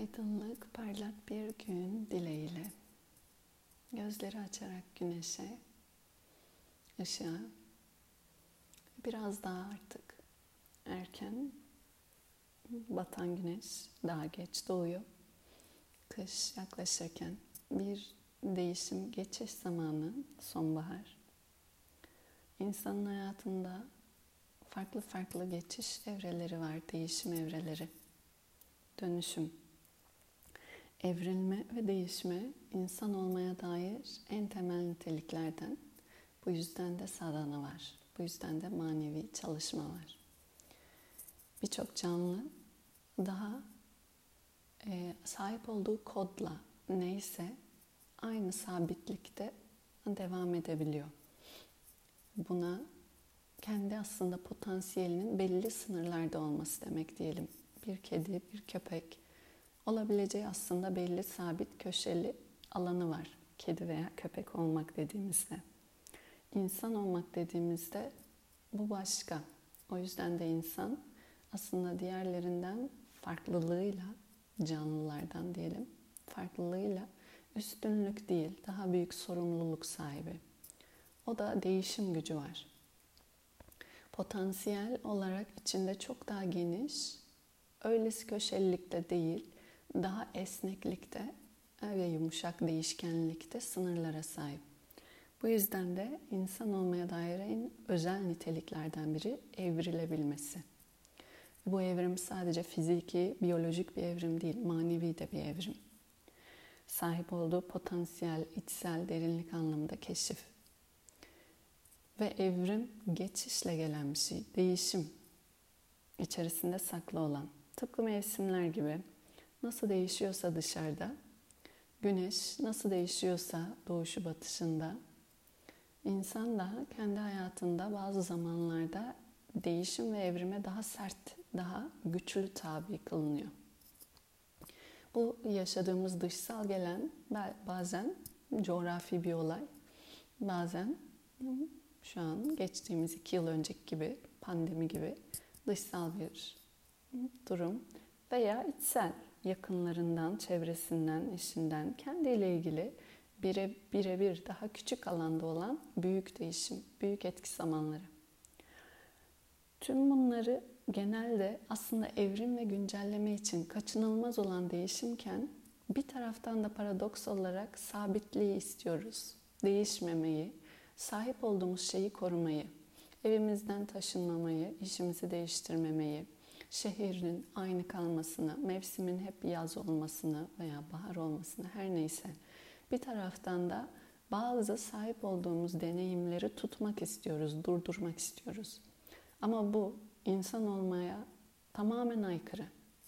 Aydınlık, parlak bir gün dileğiyle gözleri açarak güneşe, ışığa, biraz daha artık erken batan güneş daha geç doğuyor. Kış yaklaşırken bir değişim, geçiş zamanı, sonbahar. İnsanın hayatında farklı farklı geçiş evreleri var, değişim evreleri, dönüşüm. Evrilme ve değişme insan olmaya dair en temel niteliklerden. Bu yüzden de sadhana var. Bu yüzden de manevi çalışma var. Birçok canlı daha sahip olduğu kodla neyse aynı sabitlikte devam edebiliyor. Buna kendi aslında potansiyelinin belli sınırlarda olması demek diyelim. Bir kedi, bir köpek olabileceği aslında belli sabit köşeli alanı var. Kedi veya köpek olmak dediğimizde. İnsan olmak dediğimizde bu başka. O yüzden de insan aslında diğerlerinden farklılığıyla, canlılardan diyelim, farklılığıyla üstünlük değil, daha büyük sorumluluk sahibi. O da değişim gücü var. Potansiyel olarak içinde çok daha geniş, öylesi köşelilikte değil, daha esneklikte ve yumuşak değişkenlikte sınırlara sahip. Bu yüzden de insan olmaya dair en özel niteliklerden biri evrilebilmesi. Bu evrim sadece fiziki, biyolojik bir evrim değil, manevi de bir evrim. Sahip olduğu potansiyel, içsel derinlik anlamında keşif. Ve evrim geçişle gelen bir şey, değişim içerisinde saklı olan. Tıpkı mevsimler gibi nasıl değişiyorsa dışarıda, güneş nasıl değişiyorsa doğuşu batışında, insan da kendi hayatında bazı zamanlarda değişim ve evrime daha sert, daha güçlü tabi kılınıyor. Bu yaşadığımız dışsal gelen bazen coğrafi bir olay, bazen şu an geçtiğimiz 2 yıl önceki gibi pandemi gibi dışsal bir durum veya içsel yakınlarından, çevresinden, eşinden, kendiyle ilgili birebir daha küçük alanda olan büyük değişim, büyük etki zamanları. Tüm bunları genelde aslında evrim ve güncelleme için kaçınılmaz olan değişimken bir taraftan da paradoks olarak sabitliği istiyoruz. Değişmemeyi, sahip olduğumuz şeyi korumayı, evimizden taşınmamayı, işimizi değiştirmemeyi, şehrin aynı kalmasını, mevsimin hep yaz olmasını veya bahar olmasını her neyse. Bir taraftan da bazı sahip olduğumuz deneyimleri tutmak istiyoruz, durdurmak istiyoruz. Ama bu insan olmaya tamamen aykırı.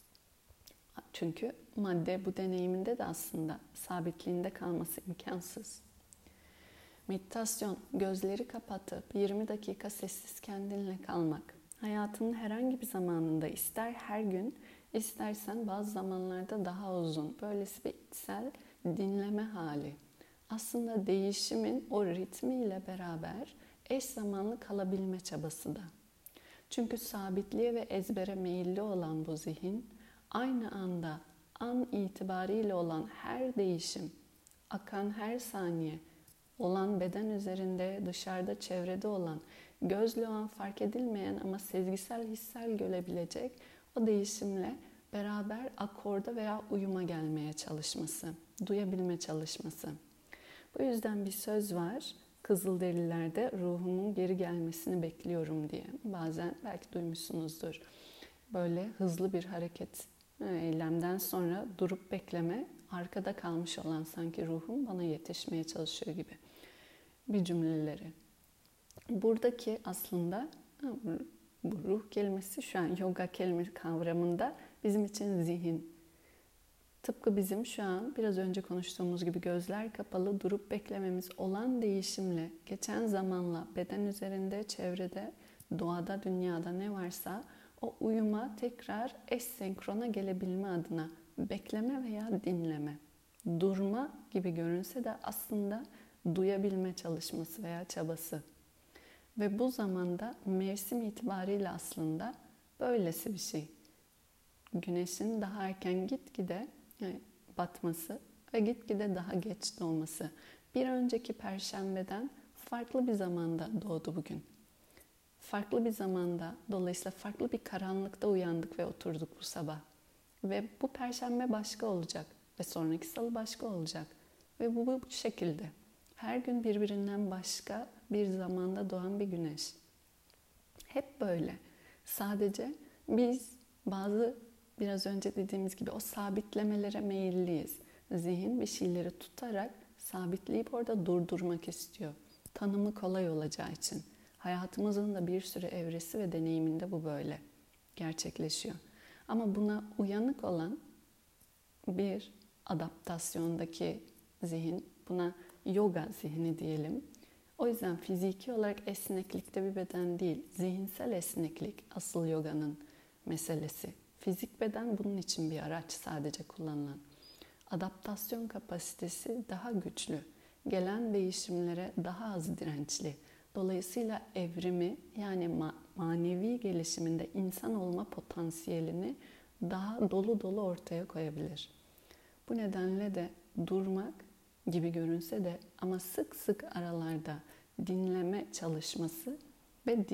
Çünkü madde bu deneyiminde de aslında sabitliğinde kalması imkansız. Meditasyon, gözleri kapatıp 20 dakika sessiz kendinle kalmak. Hayatının herhangi bir zamanında ister her gün, istersen bazı zamanlarda daha uzun. Böylesi bir içsel dinleme hali. Aslında değişimin o ritmiyle beraber eş zamanlı kalabilme çabası da. Çünkü sabitliğe ve ezbere meyilli olan bu zihin, aynı anda, an itibariyle olan her değişim, akan her saniye, olan beden üzerinde, dışarıda, çevrede olan, gözle o an fark edilmeyen ama sezgisel, hissel görebilecek o değişimle beraber akorda veya uyuma gelmeye çalışması, duyabilme çalışması. Bu yüzden bir söz var, Kızılderililerde ruhumun geri gelmesini bekliyorum diye. Bazen belki duymuşsunuzdur. Böyle hızlı bir hareket, eylemden sonra durup bekleme, arkada kalmış olan sanki ruhum bana yetişmeye çalışıyor gibi bir cümleleri. Buradaki aslında bu ruh kelimesi şu an yoga kelime kavramında bizim için zihin. Tıpkı bizim şu an biraz önce konuştuğumuz gibi gözler kapalı durup beklememiz olan değişimle, geçen zamanla beden üzerinde, çevrede, doğada, dünyada ne varsa o uyuma tekrar eş senkrona gelebilme adına bekleme veya dinleme. Durma gibi görünse de aslında duyabilme çalışması veya çabası. Ve bu zamanda mevsim itibariyle aslında böylesi bir şey. Güneşin daha erken gitgide batması ve gitgide daha geç doğması. Bir önceki perşembeden farklı bir zamanda doğdu bugün. Farklı bir zamanda, dolayısıyla farklı bir karanlıkta uyandık ve oturduk bu sabah. Ve bu perşembe başka olacak ve sonraki salı başka olacak. Ve bu şekilde. Her gün birbirinden başka bir zamanda doğan bir güneş. Hep böyle. Sadece biz biraz önce dediğimiz gibi o sabitlemelere meyilliyiz. Zihin bir şeyleri tutarak sabitleyip orada durdurmak istiyor. Tanımı kolay olacağı için. Hayatımızın da bir sürü evresi ve deneyiminde bu böyle gerçekleşiyor. Ama buna uyanık olan bir adaptasyondaki zihin, buna yoga zihni diyelim. O yüzden fiziki olarak esneklikte bir beden değil, zihinsel esneklik asıl yoganın meselesi. Fizik beden bunun için bir araç sadece kullanılan. Adaptasyon kapasitesi daha güçlü, gelen değişimlere daha az dirençli. Dolayısıyla evrimi yani manevi gelişiminde insan olma potansiyelini daha dolu dolu ortaya koyabilir. Bu nedenle de durmak gibi görünse de ama sık sık aralarda dinleme çalışması ve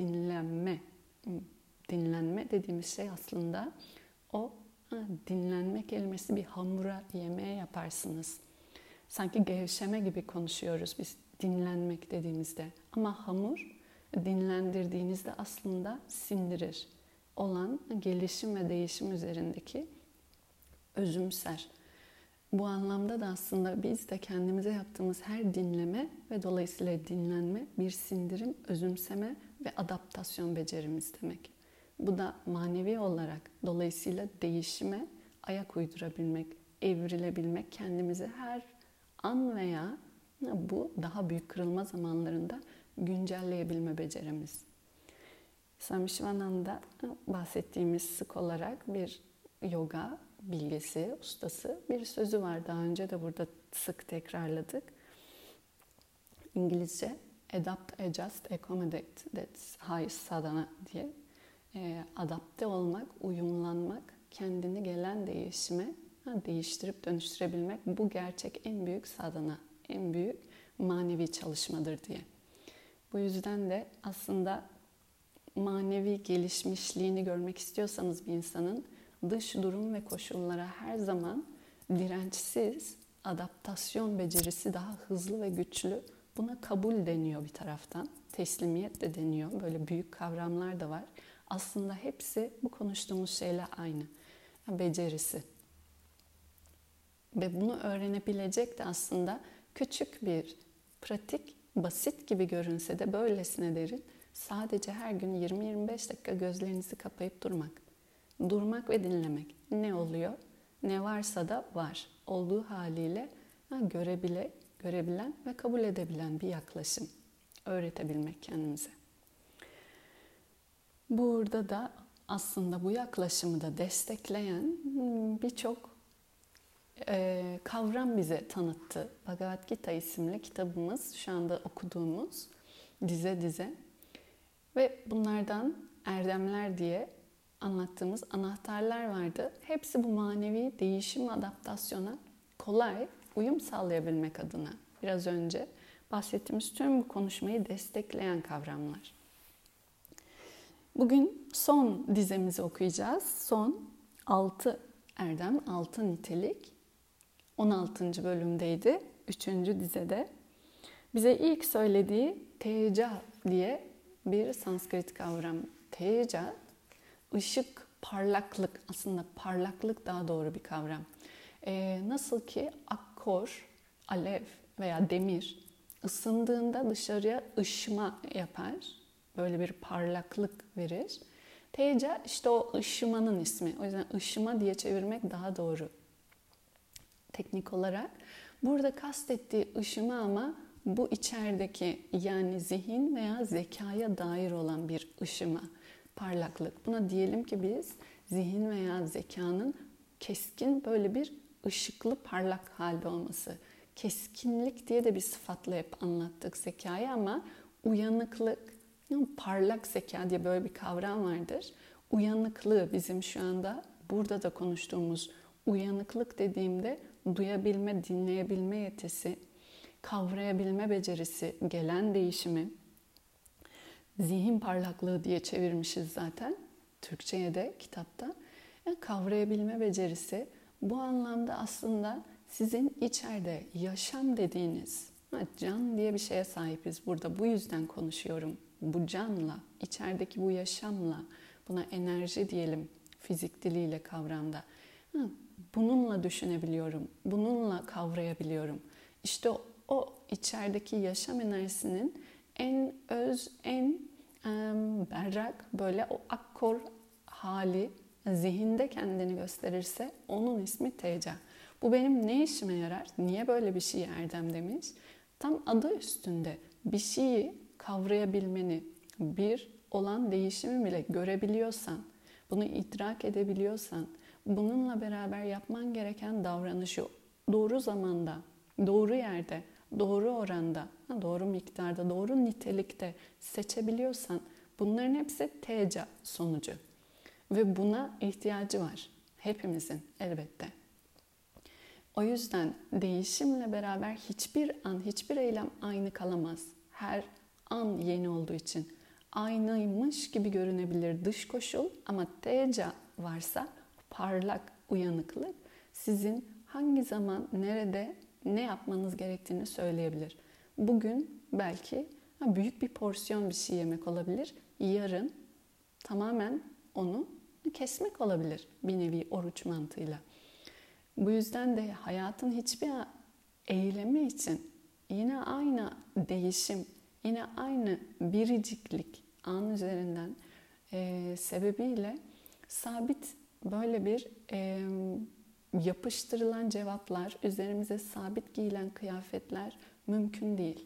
dinlenme dediğimiz şey aslında o dinlenme kelimesi bir hamura yemeğe yaparsınız. Sanki gevşeme gibi konuşuyoruz biz dinlenmek dediğimizde. Ama hamur dinlendirdiğinizde aslında sindirir. Olan gelişim ve değişim üzerindeki özümser. Bu anlamda da aslında biz de kendimize yaptığımız her dinleme ve dolayısıyla dinlenme bir sindirim, özümseme ve adaptasyon becerimiz demek. Bu da manevi olarak dolayısıyla değişime ayak uydurabilmek, evrilebilmek, kendimizi her an veya bu daha büyük kırılma zamanlarında güncelleyebilme becerimiz. Swami Shivananda bahsettiğimiz sık olarak bir yoga bilgisi, ustası bir sözü var. Daha önce de burada sık tekrarladık. İngilizce adapt, adjust, accommodate, that's highest sadhana diye. Adapte olmak, uyumlanmak, kendini gelen değişime değiştirip dönüştürebilmek bu gerçek en büyük sadhana, en büyük manevi çalışmadır diye. Bu yüzden de aslında manevi gelişmişliğini görmek istiyorsanız bir insanın dış durum ve koşullara her zaman dirençsiz, adaptasyon becerisi daha hızlı ve güçlü. Buna kabul deniyor bir taraftan. Teslimiyet de deniyor. Böyle büyük kavramlar da var. Aslında hepsi bu konuştuğumuz şeyle aynı. Becerisi. Ve bunu öğrenebilecek de aslında küçük bir pratik, basit gibi görünse de böylesine derin. Sadece her gün 20-25 dakika gözlerinizi kapayıp durmak. Durmak ve dinlemek. Ne oluyor? Ne varsa da var. Olduğu haliyle görebilen ve kabul edebilen bir yaklaşım. Öğretebilmek kendimize. Burada da aslında bu yaklaşımı da destekleyen birçok kavram bize tanıttı. Bhagavad Gita isimli kitabımız şu anda okuduğumuz dize dize. Ve bunlardan erdemler diye anlattığımız anahtarlar vardı. Hepsi bu manevi değişim adaptasyona kolay uyum sağlayabilmek adına biraz önce bahsettiğimiz tüm bu konuşmayı destekleyen kavramlar. Bugün son dizemizi okuyacağız. Son 6 erdem, 6 nitelik. 16. bölümdeydi. 3. dizede. Bize ilk söylediği teja diye bir Sanskrit kavram. Teja, ışık, parlaklık. Aslında parlaklık daha doğru bir kavram. Nasıl ki akkor, alev veya demir ısındığında dışarıya ışıma yapar. Böyle bir parlaklık verir. Teja işte o ışımanın ismi. O yüzden ışıma diye çevirmek daha doğru. Teknik olarak. Burada kastettiği ışıma ama bu içerideki yani zihin veya zekaya dair olan bir ışıma, parlaklık. Buna diyelim ki biz zihin veya zekanın keskin böyle bir ışıklı parlak halde olması. Keskinlik diye de bir sıfatla hep anlattık zekayı ama uyanıklık, parlak zeka diye böyle bir kavram vardır. Uyanıklığı bizim şu anda burada da konuştuğumuz Uyanıklık dediğimde duyabilme, dinleyebilme yetisi, kavrayabilme becerisi, gelen değişimi, zihin parlaklığı diye çevirmişiz zaten Türkçe'ye de kitapta. Yani kavrayabilme becerisi bu anlamda aslında sizin içeride yaşam dediğiniz, can diye bir şeye sahibiz burada. Bu yüzden konuşuyorum. Bu canla, içerideki bu yaşamla, buna enerji diyelim fizik diliyle kavramda. Bununla düşünebiliyorum, bununla kavrayabiliyorum. İşte o içerideki yaşam enerjisinin en öz, en berrak, böyle o akkor hali zihinde kendini gösterirse onun ismi teca. Bu benim ne işime yarar? Niye böyle bir şey Erdem demiş? Tam adı üstünde bir şeyi kavrayabilmeni, bir olan değişimi bile görebiliyorsan, bunu idrak edebiliyorsan, bununla beraber yapman gereken davranışı doğru zamanda, doğru yerde, doğru oranda, doğru miktarda, doğru nitelikte seçebiliyorsan bunların hepsi teca sonucu. Ve buna ihtiyacı var hepimizin elbette. O yüzden değişimle beraber hiçbir an, hiçbir eylem aynı kalamaz. Her an yeni olduğu için aynıymış gibi görünebilir dış koşul ama teca varsa parlak uyanıklık sizin hangi zaman, nerede, ne yapmanız gerektiğini söyleyebilir. Bugün belki büyük bir porsiyon bir şey yemek olabilir. Yarın tamamen onu kesmek olabilir bir nevi oruç mantığıyla. Bu yüzden de hayatın hiçbir eylemi için yine aynı değişim, yine aynı biriciklik an üzerinden sebebiyle sabit böyle bir yapıştırılan cevaplar, üzerimize sabit giyilen kıyafetler mümkün değil.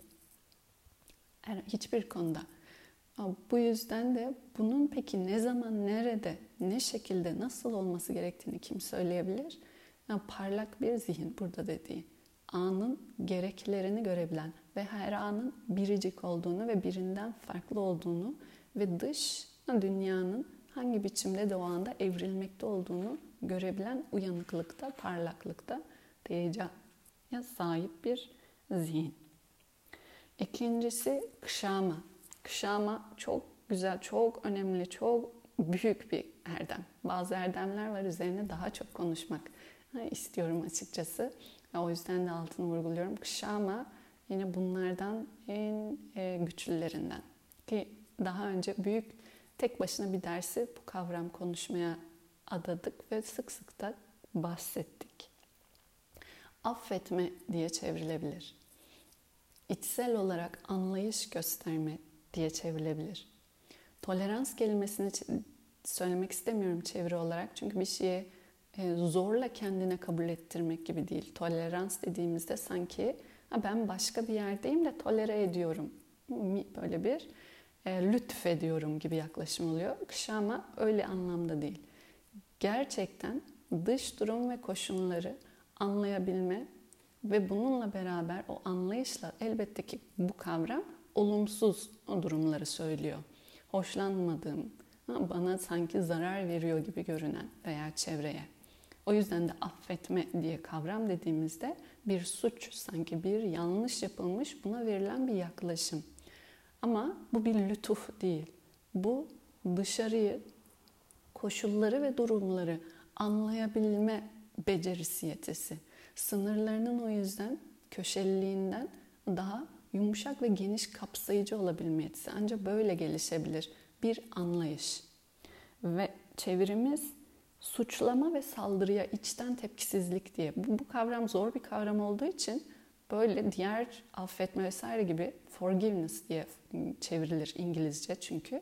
Hiçbir konuda. Bu yüzden de bunun peki ne zaman, nerede, ne şekilde, nasıl olması gerektiğini kim söyleyebilir? Parlak bir zihin burada dediği. Anın gereklerini görebilen ve her anın biricik olduğunu ve birinden farklı olduğunu ve dış dünyanın hangi biçimde de o anda evrilmekte olduğunu görebilen uyanıklıkta, parlaklıkta tecaya sahip bir zihin. İkincisi kşama. Kşama çok güzel, çok önemli, çok büyük bir erdem. Bazı erdemler var, üzerine daha çok konuşmak istiyorum açıkçası. O yüzden de altını vurguluyorum. Kşama yine bunlardan en güçlülerinden. Ki daha önce büyük tek başına bir dersi bu kavram konuşmaya adadık ve sık sık da bahsettik. Affetme diye çevrilebilir. İçsel olarak anlayış gösterme diye çevrilebilir. Tolerans kelimesini söylemek istemiyorum çeviri olarak. Çünkü bir şeye zorla kendine kabul ettirmek gibi değil. Tolerans dediğimizde sanki ben başka bir yerdeyim de tolere ediyorum. Böyle bir lütfediyorum gibi yaklaşım oluyor. Kşama öyle anlamda değil. Gerçekten dış durum ve koşulları anlayabilme ve bununla beraber o anlayışla elbette ki bu kavram olumsuz durumları söylüyor. Hoşlanmadığım, bana sanki zarar veriyor gibi görünen veya çevreye. O yüzden de affetme diye kavram dediğimizde bir suç, sanki bir yanlış yapılmış, buna verilen bir yaklaşım. Ama bu bir lütuf değil. Bu dışarıyı, koşulları ve durumları anlayabilme becerisi yetisi. Sınırlarının o yüzden köşeliliğinden daha yumuşak ve geniş kapsayıcı olabilme yetisi. Ancak böyle gelişebilir bir anlayış. Ve çevirimiz suçlama ve saldırıya içten tepkisizlik diye. Bu kavram zor bir kavram olduğu için böyle diğer affetme vesaire gibi forgiveness diye çevrilir İngilizce çünkü.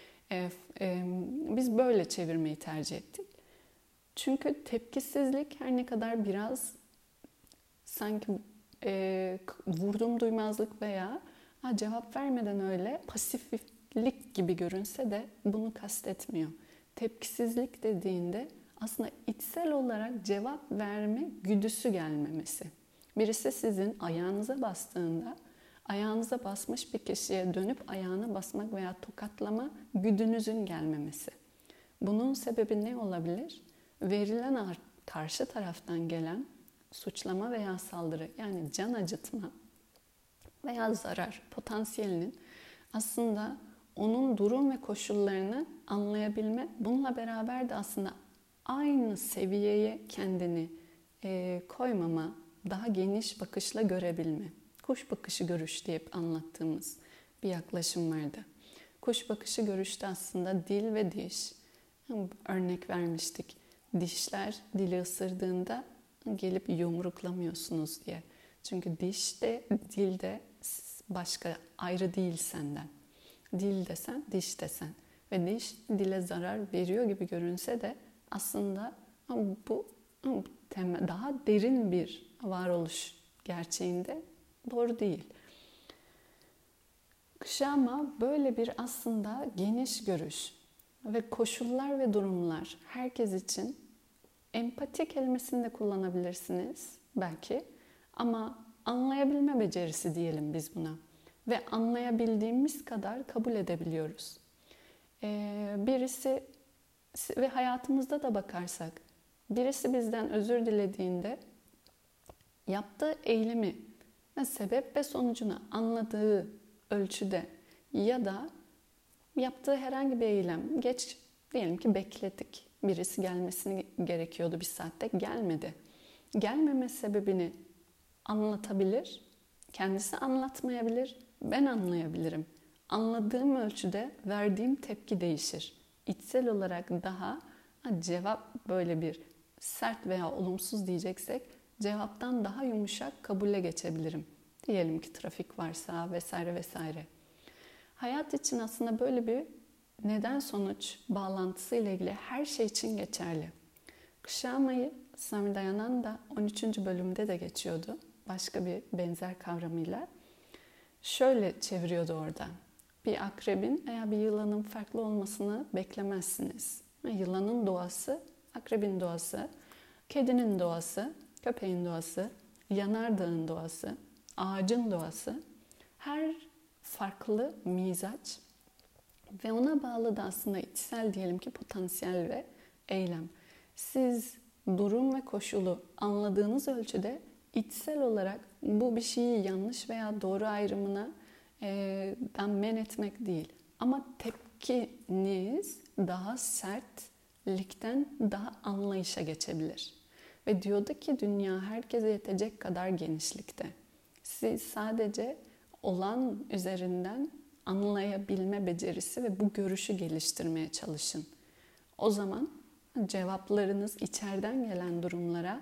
Biz böyle çevirmeyi tercih ettik. Çünkü tepkisizlik her ne kadar biraz sanki vurdum duymazlık veya cevap vermeden öyle pasiflik gibi görünse de bunu kastetmiyor. Tepkisizlik dediğinde aslında içsel olarak cevap verme güdüsü gelmemesi. Birisi sizin ayağınıza bastığında ayağınıza basmış bir kişiye dönüp ayağına basmak veya tokatlama güdünüzün gelmemesi. Bunun sebebi ne olabilir? Verilen karşı taraftan gelen suçlama veya saldırı, yani can acıtma veya zarar potansiyelinin aslında onun durum ve koşullarını anlayabilme, bununla beraber de aslında aynı seviyeye kendini koymama, daha geniş bakışla görebilme. Kuş bakışı görüş diye anlattığımız bir yaklaşım vardı. Kuş bakışı görüşte aslında dil ve diş, örnek vermiştik. Dişler dili ısırdığında gelip yumruklamıyorsunuz diye. Çünkü diş de dil de başka, ayrı değil senden. Dil desen, diş desen ve diş dile zarar veriyor gibi görünse de aslında bu daha derin bir varoluş gerçeğinde doğru değil. Kşama böyle bir aslında geniş görüş ve koşullar ve durumlar herkes için. Empati kelimesini de kullanabilirsiniz belki, ama anlayabilme becerisi diyelim biz buna. Ve anlayabildiğimiz kadar kabul edebiliyoruz. Birisi ve hayatımızda da bakarsak, birisi bizden özür dilediğinde yaptığı eylemi ve sebep ve sonucunu anladığı ölçüde ya da yaptığı herhangi bir eylem, diyelim ki bekledik. Birisi gelmesini gerekiyordu, bir saatte gelmedi. Gelmeme sebebini anlatabilir, kendisi anlatmayabilir, ben anlayabilirim. Anladığım ölçüde verdiğim tepki değişir. İçsel olarak daha cevap, böyle bir sert veya olumsuz diyeceksek cevaptan daha yumuşak kabule geçebilirim. Diyelim ki trafik varsa vesaire vesaire. Hayat için aslında böyle bir neden sonuç bağlantısı ile ilgili her şey için geçerli. Kshama'yı Swami Dayananda 13. bölümde de geçiyordu. Başka bir benzer kavramıyla. Şöyle çeviriyordu orada. Bir akrebin veya bir yılanın farklı olmasını beklemezsiniz. Yılanın doğası, akrebin doğası, kedinin doğası, köpeğin doğası, yanardağın doğası, ağacın doğası. Her farklı mizaç ve ona bağlı da aslında içsel diyelim ki potansiyel ve eylem. Siz durum ve koşulu anladığınız ölçüde içsel olarak bu bir şeyi yanlış veya doğru ayrımına men etmek değil. Ama tepkiniz daha sertlikten daha anlayışa geçebilir. Ve diyordu ki dünya herkese yetecek kadar genişlikte. Siz sadece olan üzerinden anlayabilme becerisi ve bu görüşü geliştirmeye çalışın. O zaman cevaplarınız içeriden gelen durumlara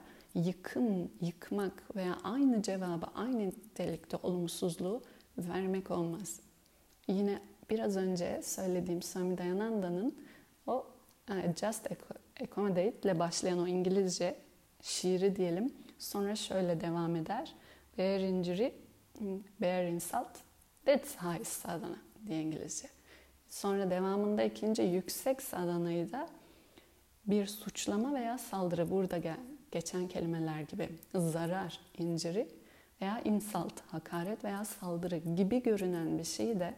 yıkmak veya aynı cevabı, aynı nitelikte olumsuzluğu vermek olmaz. Yine biraz önce söylediğim Swami Dayananda'nın o Just Accommodate ile başlayan o İngilizce şiiri diyelim. Sonra şöyle devam eder. Bear injury, bear insult, that's high sadhana diye İngilizce. Sonra devamında ikinci yüksek sadhanayı da bir suçlama veya saldırı, burada geçen kelimeler gibi zarar, injury veya insult, hakaret veya saldırı gibi görünen bir şeyi de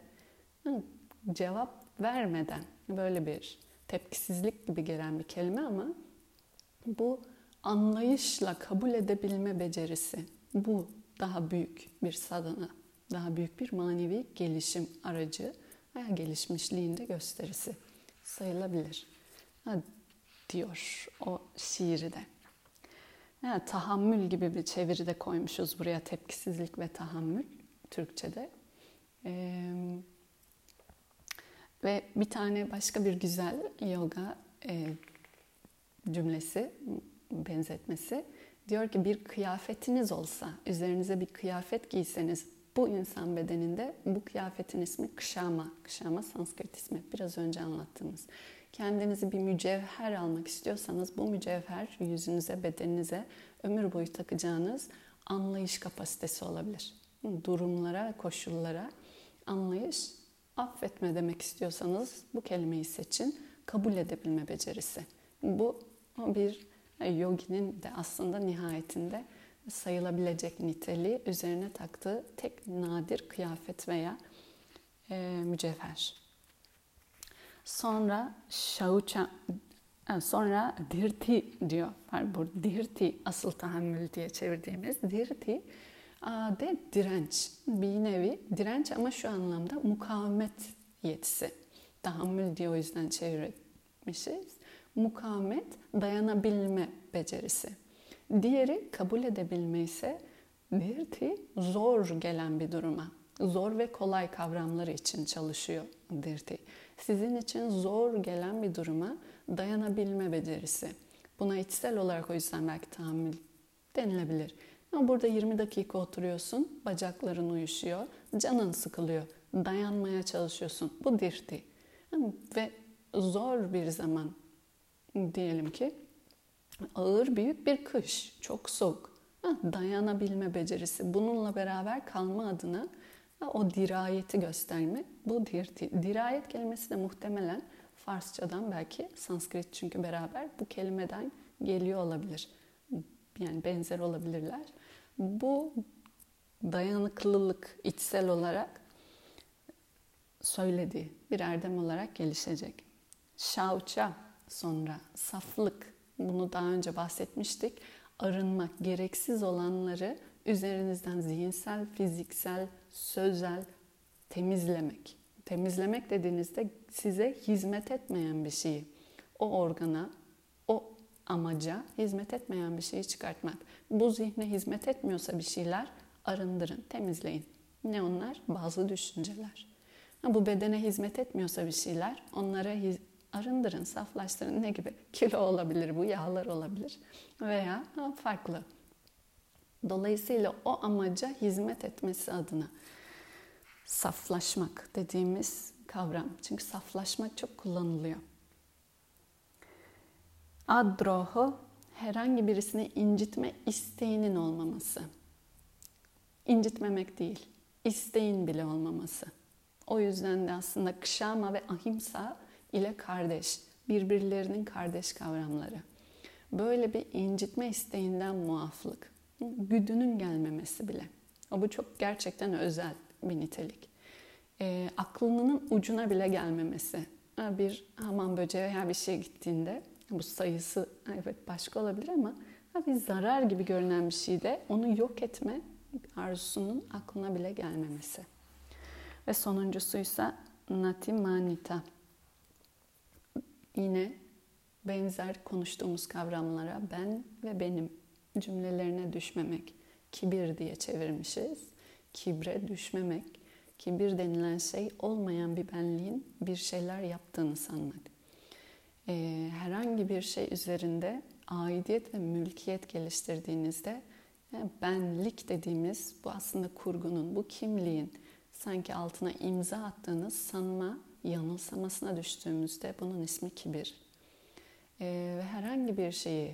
cevap vermeden, böyle bir tepkisizlik gibi gelen bir kelime ama bu anlayışla kabul edebilme becerisi, bu daha büyük bir sadhana, daha büyük bir manevi gelişim aracı veya gelişmişliğin de gösterisi sayılabilir. Diyor o şiiri de. Yani tahammül gibi bir çeviri de koymuşuz buraya, tepkisizlik ve tahammül Türkçe'de. Ve bir tane başka bir güzel yoga cümlesi, benzetmesi. Diyor ki bir kıyafetiniz olsa, üzerinize bir kıyafet giyseniz bu insan bedeninde, bu kıyafetin ismi kshama. Kshama Sanskrit ismi, biraz önce anlattığımız. Kendinizi bir mücevher almak istiyorsanız bu mücevher yüzünüze, bedeninize ömür boyu takacağınız anlayış kapasitesi olabilir. Durumlara, koşullara anlayış, affetme demek istiyorsanız bu kelimeyi seçin. Kabul edebilme becerisi. Bu bir yoginin de aslında nihayetinde sayılabilecek niteliği üzerine taktığı tek nadir kıyafet veya mücevher. Sonra şauça Sonra dirti diyor. Bu dirti asıl tahammül diye çevirdiğimiz dirti de direnç. Bir nevi direnç ama şu anlamda mukavemet yetisi. Tahammül diye o yüzden çevirmişiz. Mukavemet, dayanabilme becerisi. Diğeri kabul edebilme ise dirti zor gelen bir duruma. Zor ve kolay kavramları için çalışıyor dirti. Sizin için zor gelen bir duruma dayanabilme becerisi. Buna içsel olarak o yüzden belki tahammül denilebilir. Ama burada 20 dakika oturuyorsun, bacakların uyuşuyor, canın sıkılıyor, dayanmaya çalışıyorsun. Bu dirti. Ve zor bir zaman, diyelim ki ağır büyük bir kış, çok soğuk. Dayanabilme becerisi. Bununla beraber kalma adına o dirayeti gösterme. Bu dirti. Dirayet kelimesi de muhtemelen Farsçadan, belki Sanskrit çünkü beraber, bu kelimeden geliyor olabilir. Yani benzer olabilirler. Bu dayanıklılık içsel olarak söylediği bir erdem olarak gelişecek. Şauça, sonra saflık. Bunu daha önce bahsetmiştik. Arınmak, gereksiz olanları üzerinizden zihinsel, fiziksel, sözel temizlemek. Temizlemek dediğinizde size hizmet etmeyen bir şeyi, o organa, o amaca hizmet etmeyen bir şeyi çıkartmak. Bu zihne hizmet etmiyorsa bir şeyler arındırın, temizleyin. Ne onlar? Bazı düşünceler. Bu bedene hizmet etmiyorsa bir şeyler, onlara arındırın, saflaştırın. Ne gibi? Kilo olabilir, bu yağlar olabilir veya farklı. Dolayısıyla o amaca hizmet etmesi adına saflaşmak dediğimiz kavram. Çünkü saflaşmak çok kullanılıyor. Adroho, herhangi birisini incitme isteğinin olmaması. İncitmemek değil, isteğin bile olmaması. O yüzden de aslında kşama ve ahimsa ile kardeş, birbirlerinin kardeş kavramları. Böyle bir incitme isteğinden muaflık, güdünün gelmemesi bile. Bu çok gerçekten özel bir nitelik. Aklının ucuna bile gelmemesi. Bir hamam böceği veya bir şeye gittiğinde, bu sayısı evet başka olabilir ama bir zarar gibi görünen bir şeyde onu yok etme arzusunun aklına bile gelmemesi. Ve sonuncusuysa nati manita. Yine benzer konuştuğumuz kavramlara ben ve benim cümlelerine düşmemek. Kibir diye çevirmişiz. Kibre düşmemek. Kibir denilen şey olmayan bir benliğin bir şeyler yaptığını sanmak. Herhangi bir şey üzerinde aidiyet ve mülkiyet geliştirdiğinizde benlik dediğimiz bu aslında kurgunun, bu kimliğin sanki altına imza attığınız sanma yanılsamasına düştüğümüzde bunun ismi kibir. Ve herhangi bir şeyi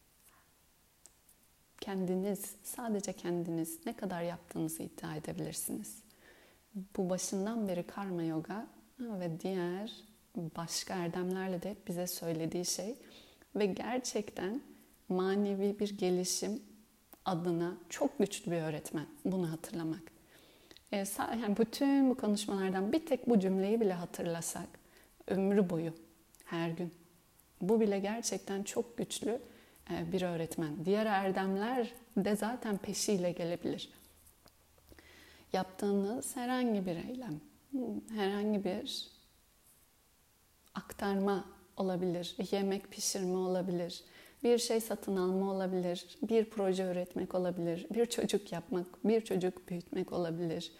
kendiniz, sadece kendiniz ne kadar yaptığınızı iddia edebilirsiniz. Bu başından beri karma yoga ve diğer başka erdemlerle de bize söylediği şey ve gerçekten manevi bir gelişim adına çok güçlü bir öğretmen. Bunu hatırlamak. Yani bütün bu konuşmalardan bir tek bu cümleyi bile hatırlasak ömrü boyu, her gün. Bu bile gerçekten çok güçlü bir öğretmen. Diğer erdemler de zaten peşiyle gelebilir. Yaptığınız herhangi bir eylem, herhangi bir aktarma olabilir, yemek pişirme olabilir, bir şey satın alma olabilir, bir proje üretmek olabilir, bir çocuk yapmak, bir çocuk büyütmek olabilir.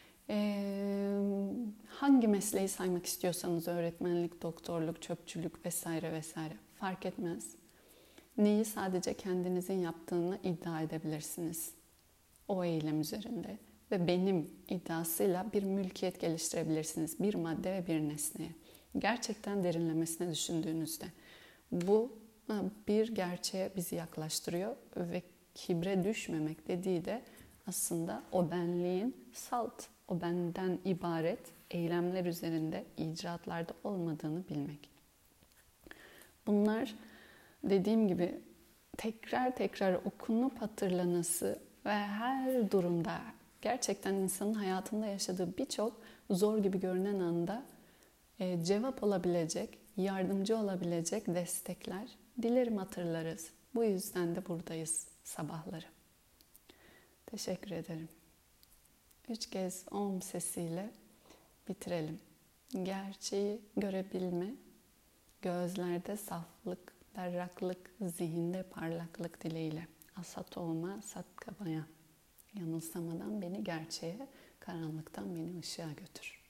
Hangi mesleği saymak istiyorsanız öğretmenlik, doktorluk, çöpçülük vesaire vesaire fark etmez. Neyi sadece kendinizin yaptığını iddia edebilirsiniz o eylem üzerinde ve benim iddiasıyla bir mülkiyet geliştirebilirsiniz bir madde ve bir nesneye. Gerçekten derinlemesine düşündüğünüzde bu bir gerçeğe bizi yaklaştırıyor ve kibre düşmemek dediği de aslında o benliğin salt, o benden ibaret eylemler üzerinde icraatlarda olmadığını bilmek. Bunlar dediğim gibi tekrar tekrar okunup hatırlanası ve her durumda gerçekten insanın hayatında yaşadığı birçok zor gibi görünen anda cevap olabilecek yardımcı olabilecek destekler dilerim hatırlarız. Bu yüzden de buradayız sabahları. Teşekkür ederim. 3 kez Om sesiyle bitirelim. Gerçeği görebilme, gözlerde saflık, berraklık, zihinde parlaklık dileğiyle. Asat olma, sat kabaya. Yanılsamadan beni gerçeğe, karanlıktan beni ışığa götür.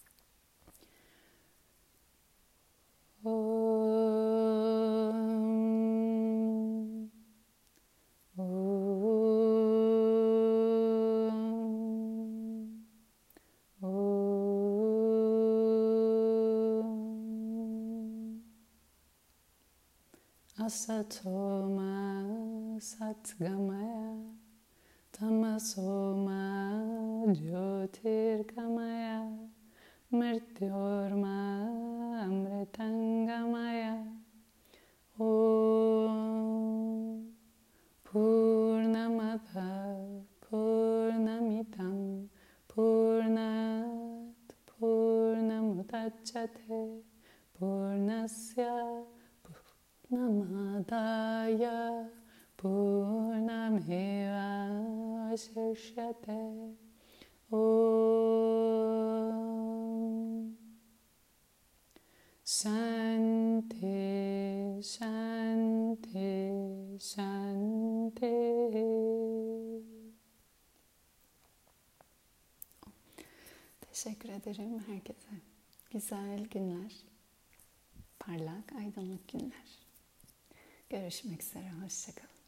Asatoma satgamaya tamasoma jyotirgamaya mrityorma amritangamaya Om Purnamada Purnamidam Purnat Purnamudachyate Purnasya Namadaya Purnameva Vashishyate Om Shanti Shanti Shanti. Teşekkür ederim herkese. Güzel günler, parlak, aydınlık günler. Görüşmek üzere, hoşça kalın.